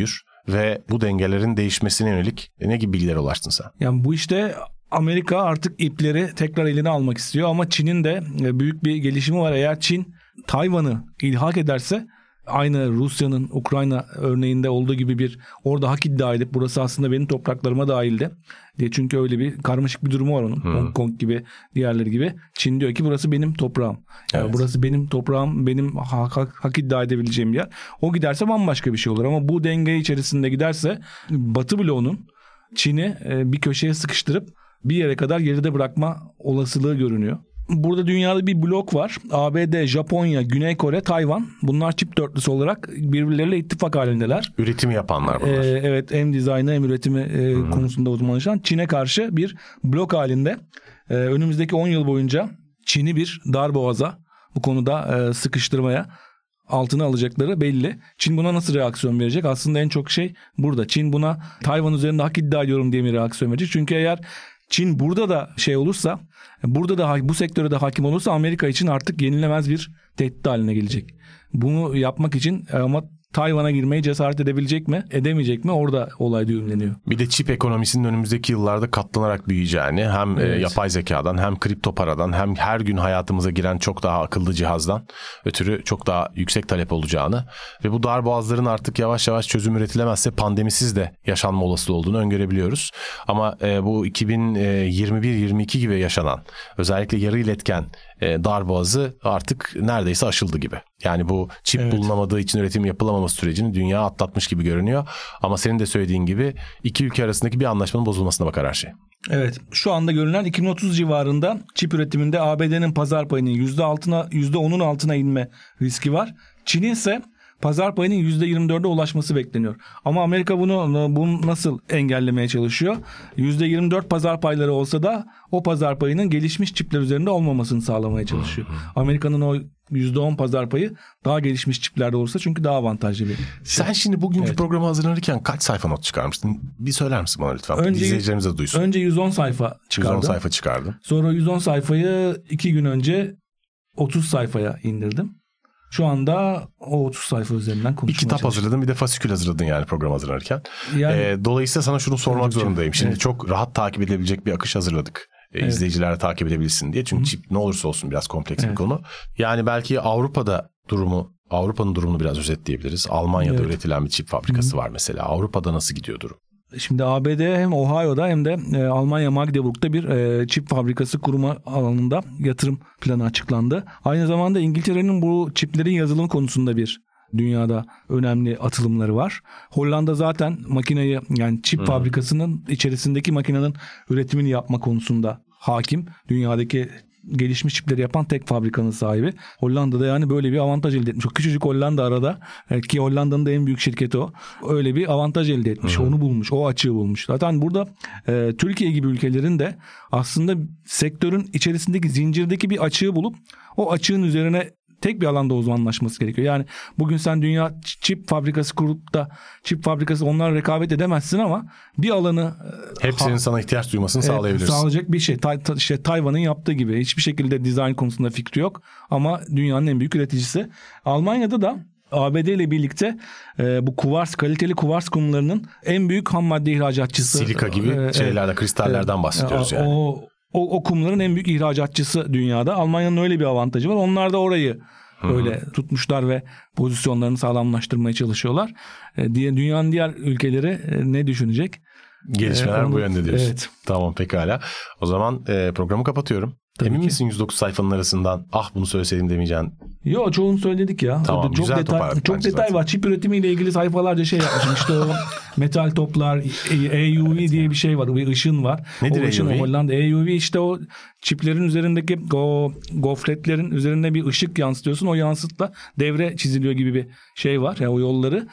ve bu dengelerin değişmesine yönelik ne gibi bilgilere ulaştın sen? Yani bu işte Amerika artık ipleri tekrar eline almak istiyor ama Çin'in de büyük bir gelişimi var. Eğer Çin Tayvan'ı ilhak ederse, aynı Rusya'nın Ukrayna örneğinde olduğu gibi bir orada hak iddia edip burası aslında benim topraklarıma dahildi diye, çünkü öyle bir karmaşık bir durumu var onun. Hmm. Hong Kong gibi, diğerleri gibi. Çin diyor ki burası benim toprağım. Yani evet. Burası benim toprağım, benim hak, hak, hak iddia edebileceğim yer. O giderse bambaşka bir şey olur ama bu denge içerisinde giderse Batı bloğunun Çin'i bir köşeye sıkıştırıp bir yere kadar geride bırakma olasılığı görünüyor. Burada dünyada bir blok var. A B D, Japonya, Güney Kore, Tayvan. Bunlar çip dörtlüsü olarak birbirleriyle ittifak halindeler. Üretimi yapanlar bunlar. Ee, evet, hem dizaynı hem üretimi e, konusunda uzmanlaşan. Çin'e karşı bir blok halinde. Ee, önümüzdeki on yıl boyunca Çin'i bir darboğaza, bu konuda e, sıkıştırmaya altına alacakları belli. Çin buna nasıl reaksiyon verecek? Aslında en çok şey burada. Çin buna Tayvan üzerinde hak iddia ediyorum diye mi reaksiyon verecek? Çünkü eğer Çin burada da şey olursa, burada da bu sektöre de hakim olursa Amerika için artık yenilemez bir tehdit haline gelecek. Bunu yapmak için ama Tayvan'a girmeyi cesaret edebilecek mi, edemeyecek mi? Orada olay düğümleniyor. Bir de çip ekonomisinin önümüzdeki yıllarda katlanarak büyüyeceğini, hem evet. yapay zekadan, hem kripto paradan, hem her gün hayatımıza giren çok daha akıllı cihazdan ötürü çok daha yüksek talep olacağını ve bu darboğazların artık yavaş yavaş çözüm üretilemezse pandemisiz de yaşanma olasılığı olduğunu öngörebiliyoruz. Ama bu iki bin yirmi bir yirmi iki gibi yaşanan özellikle yarı iletken darboğazı artık neredeyse aşıldı gibi. Yani bu çip evet. bulunamadığı için üretim yapılamaması sürecini dünya atlatmış gibi görünüyor. Ama senin de söylediğin gibi iki ülke arasındaki bir anlaşmanın bozulmasına bakar her şey. Evet, şu anda görünen iki bin otuz civarında çip üretiminde A B D'nin pazar payının yüzde altına, yüzde onun altına inme riski var. Çin'in ise pazar payının yüzde yirmi dörde ulaşması bekleniyor. Ama Amerika bunu, bunu nasıl engellemeye çalışıyor? yüzde yirmi dört pazar payları olsa da o pazar payının gelişmiş çipler üzerinde olmamasını sağlamaya çalışıyor. Amerika'nın o yüzde on pazar payı daha gelişmiş çiplerde olursa çünkü daha avantajlı bir şey. Sen şimdi bugünkü evet. programı hazırlanırken kaç sayfa not çıkarmıştın? Bir söyler misin bana lütfen? Önce, İzleyicilerimiz de duysun. Önce yüz on sayfa çıkardım. yüz on sayfa çıkardım. Sonra yüz on sayfayı iki gün önce otuz sayfaya indirdim. Şu anda o otuz sayfa üzerinden konuşmaya Bir kitap çalıştım. hazırladın, bir de fasikül hazırladın yani program hazırlanırken. Yani, ee, dolayısıyla sana şunu sormak evet, zorundayım. Şimdi evet. çok rahat takip edilebilecek bir akış hazırladık. Evet. İzleyiciler takip edebilsin diye. Çünkü Hı. çip ne olursa olsun biraz kompleks evet. bir konu. Yani belki Avrupa'da durumu, Avrupa'nın durumunu biraz özetleyebiliriz. Almanya'da evet. üretilen bir çip fabrikası Hı. var mesela. Avrupa'da nasıl gidiyor durum? Şimdi A B D hem Ohio'da hem de e, Almanya Magdeburg'da bir e, çip fabrikası kurma alanında yatırım planı açıklandı. Aynı zamanda İngiltere'nin bu çiplerin yazılım konusunda bir dünyada önemli atılımları var. Hollanda zaten makineyi, yani çip hmm. fabrikasının içerisindeki makinenin üretimini yapma konusunda hakim. Dünyadaki gelişmiş çipleri yapan tek fabrikanın sahibi. Hollanda'da yani böyle bir avantaj elde etmiş. O küçücük Hollanda arada, ki Hollanda'nın da en büyük şirketi o. Öyle bir avantaj elde etmiş. Hı-hı. Onu bulmuş. O açığı bulmuş. Zaten burada e, Türkiye gibi ülkelerin de aslında sektörün içerisindeki zincirdeki bir açığı bulup o açığın üzerine tek bir alanda uzmanlaşması gerekiyor. Yani bugün sen dünya çip fabrikası kurup da çip fabrikası onlarla rekabet edemezsin ama bir alanı hepsinin ha, sana ihtiyaç duymasını evet, sağlayabilirsin. Sağlayacak bir şey. Ta, ta, işte Tayvan'ın yaptığı gibi hiçbir şekilde dizayn konusunda fikri yok ama dünyanın en büyük üreticisi. Almanya'da da A B D ile birlikte e, bu kuvars, kaliteli kuvars kumlarının en büyük ham madde ihracatçısı. Silika gibi e, şeylerden, e, kristallerden e, bahsediyoruz e, yani. O O, o kumların en büyük ihracatçısı dünyada. Almanya'nın öyle bir avantajı var. Onlar da orayı Hı-hı. öyle tutmuşlar ve pozisyonlarını sağlamlaştırmaya çalışıyorlar. E, diye dünyanın diğer ülkeleri e, ne düşünecek? Gelişmeler e, onu, bu yönde diyorsun. Evet. Tamam, pekala. O zaman e, programı kapatıyorum. Tabii Emin ki. misin yüz dokuz sayfanın arasından ah bunu söyleseydim demeyeceğin? Yok, çoğunu söyledik ya. Tamam, çok güzel detay, çok detay zaten. var. Çip üretimiyle ilgili sayfalarca şey yapmışım. İşte o metal toplar, E U V diye bir şey var. Bir ışın var. Nedir o ışın, E U V? Hollanda E U V işte o çiplerin üzerindeki o gofletlerin üzerinde bir ışık yansıtıyorsun. O yansıtla devre çiziliyor gibi bir şey var. Yani o yolları,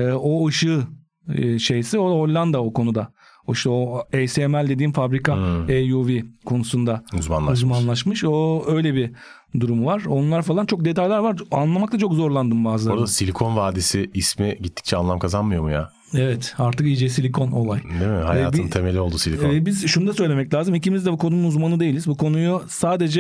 o ışığı şeysi o Hollanda o konuda. O işte o A S M L dediğim fabrika hmm. E U V konusunda uzmanlaşmış. uzmanlaşmış. O öyle bir durum var. Onlar falan çok detaylar var. Anlamakta çok zorlandım bazılarını. Orada Silikon Vadisi ismi gittikçe anlam kazanmıyor mu ya? Evet, artık iyice silikon olay. Değil mi? Hayatın ee, temeli oldu silikon. E, biz şunu da söylemek lazım. İkimiz de bu konunun uzmanı değiliz. Bu konuyu sadece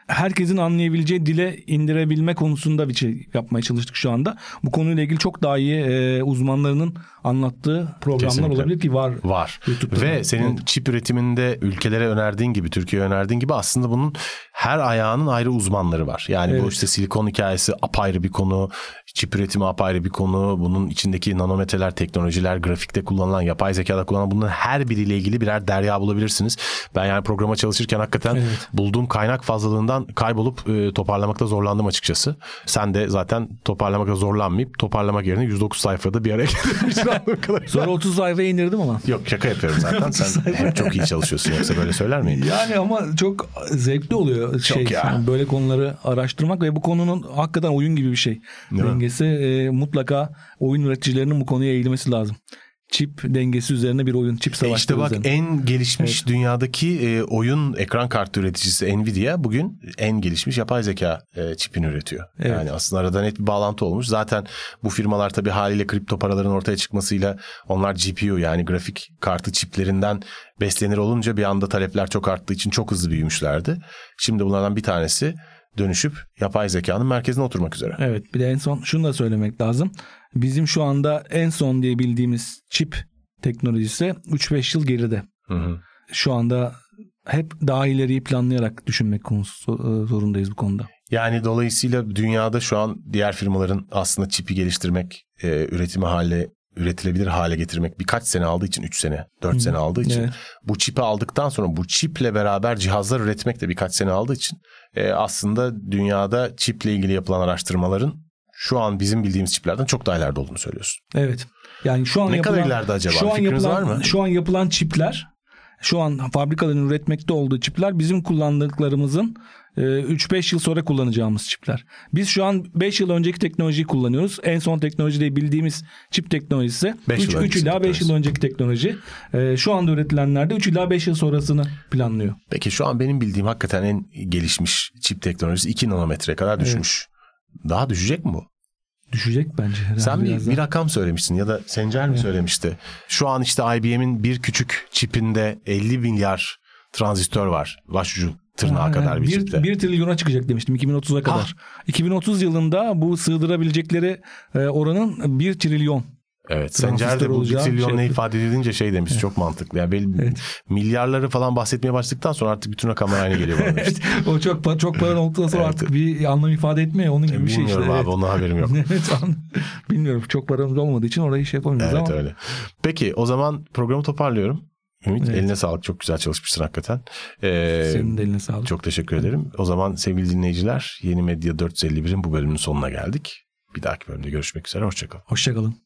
herkesin anlayabileceği dile indirebilme konusunda bir şey yapmaya çalıştık şu anda. Bu konuyla ilgili çok daha iyi e, uzmanlarının anlattığı programlar Kesinlikle. olabilir ki var. Var. YouTube'da. Ve senin evet. çip üretiminde ülkelere önerdiğin gibi, Türkiye'ye önerdiğin gibi aslında bunun her ayağının ayrı uzmanları var. Yani evet. bu işte silikon hikayesi apayrı bir konu, çip üretimi apayrı bir konu. Bunun içindeki nanometreler, teknolojiler, grafikte kullanılan, yapay zekada kullanılan bunların her biriyle ilgili birer derya bulabilirsiniz. Ben yani programa çalışırken hakikaten evet. bulduğum kaynak fazlalığından kaybolup e, toparlamakta zorlandım açıkçası. Sen de zaten toparlamakta zorlanmayıp toparlamak yerine yüz dokuz sayfada bir araya getirmişsin. Sonra otuz sayfaya indirdim ama. Yok şaka yapıyorum zaten. Sen hep çok iyi çalışıyorsun, yoksa böyle söyler miyim? Yani ama çok zevkli oluyor şey. Yani böyle konuları araştırmak ve bu konunun hakikaten oyun gibi bir şey. Değil Dengesi e, mutlaka oyun üreticilerinin bu konuya eğilmesi lazım. Çip dengesi üzerine bir oyun, çip savaşları İşte bak üzerine. En gelişmiş evet. dünyadaki e, oyun ekran kartı üreticisi Nvidia bugün en gelişmiş yapay zeka e, çipini üretiyor. Evet. Yani aslında arada net bir bağlantı olmuş. Zaten bu firmalar tabii haliyle kripto paraların ortaya çıkmasıyla onlar G P U yani grafik kartı çiplerinden beslenir olunca bir anda talepler çok arttığı için çok hızlı büyümüşlerdi. Şimdi bunlardan bir tanesi dönüşüp yapay zekanın merkezine oturmak üzere. Evet, bir de en son şunu da söylemek lazım. Bizim şu anda en son diye bildiğimiz çip teknolojisi üç beş yıl geride. Hı hı. Şu anda hep daha ileriyi planlayarak düşünmek konusu zorundayız bu konuda. Yani dolayısıyla dünyada şu an diğer firmaların aslında çipi geliştirmek, e, üretimi hale üretilebilir hale getirmek birkaç sene aldığı için, üç sene, dört sene aldığı için evet. bu çipi aldıktan sonra bu çiple beraber cihazlar üretmek de birkaç sene aldığı için e, aslında dünyada çiple ilgili yapılan araştırmaların şu an bizim bildiğimiz çiplerden çok daha ileride olduğunu söylüyorsun. Evet. Yani şu an ne yapılan, kadar ileride acaba? Şu an Fikriniz yapılan, var mı? Şu an yapılan çipler, şu an fabrikaların üretmekte olduğu çipler bizim kullandıklarımızın üç beş yıl sonra kullanacağımız çipler. Biz şu an beş yıl önceki teknolojiyi kullanıyoruz. En son teknoloji diye bildiğimiz çip teknolojisi üç ila beş yıl önceki teknoloji. Şu anda üretilenler de üç ila beş yıl sonrasını planlıyor. Peki şu an benim bildiğim hakikaten en gelişmiş çip teknolojisi iki nanometreye kadar düşmüş. Evet. Daha düşecek mi bu? Düşecek bence. Sen bir, bir rakam söylemiştin ya da Sencer mi evet. söylemişti? Şu an işte I B M'in bir küçük çipinde elli milyar transistör var. Başucu tırnağa ha, kadar bir, bir çipte. bir trilyona çıkacak demiştim iki bin otuza kadar. Ha. iki bin otuz yılında bu sığdırabilecekleri oranın bir trilyon. Evet, Sencer de bu bir trilyon şey ne ifade edince şey demiş evet. çok mantıklı. Yani belli evet. milyarları falan bahsetmeye başladıktan sonra artık bütün rakamlar aynı geliyor bana. evet, o çok çok para olduktan sonra evet. artık bir anlam ifade etmiyor. Onun gibi bir şey işte. Bilmiyorum abi, evet. ondan haberim yok. evet, bilmiyorum, çok paramız olmadığı için orayı şey yapamıyoruz evet, ama. Öyle. Peki o zaman programı toparlıyorum. Ümit evet. eline sağlık, çok güzel çalışmışsın hakikaten. Ee, Senin de eline sağlık. Çok teşekkür ederim. O zaman sevgili dinleyiciler, Yeni Medya dört yüz elli birin bu bölümünün sonuna geldik. Bir dahaki bölümde görüşmek üzere, hoşçakalın. Hoşçakalın.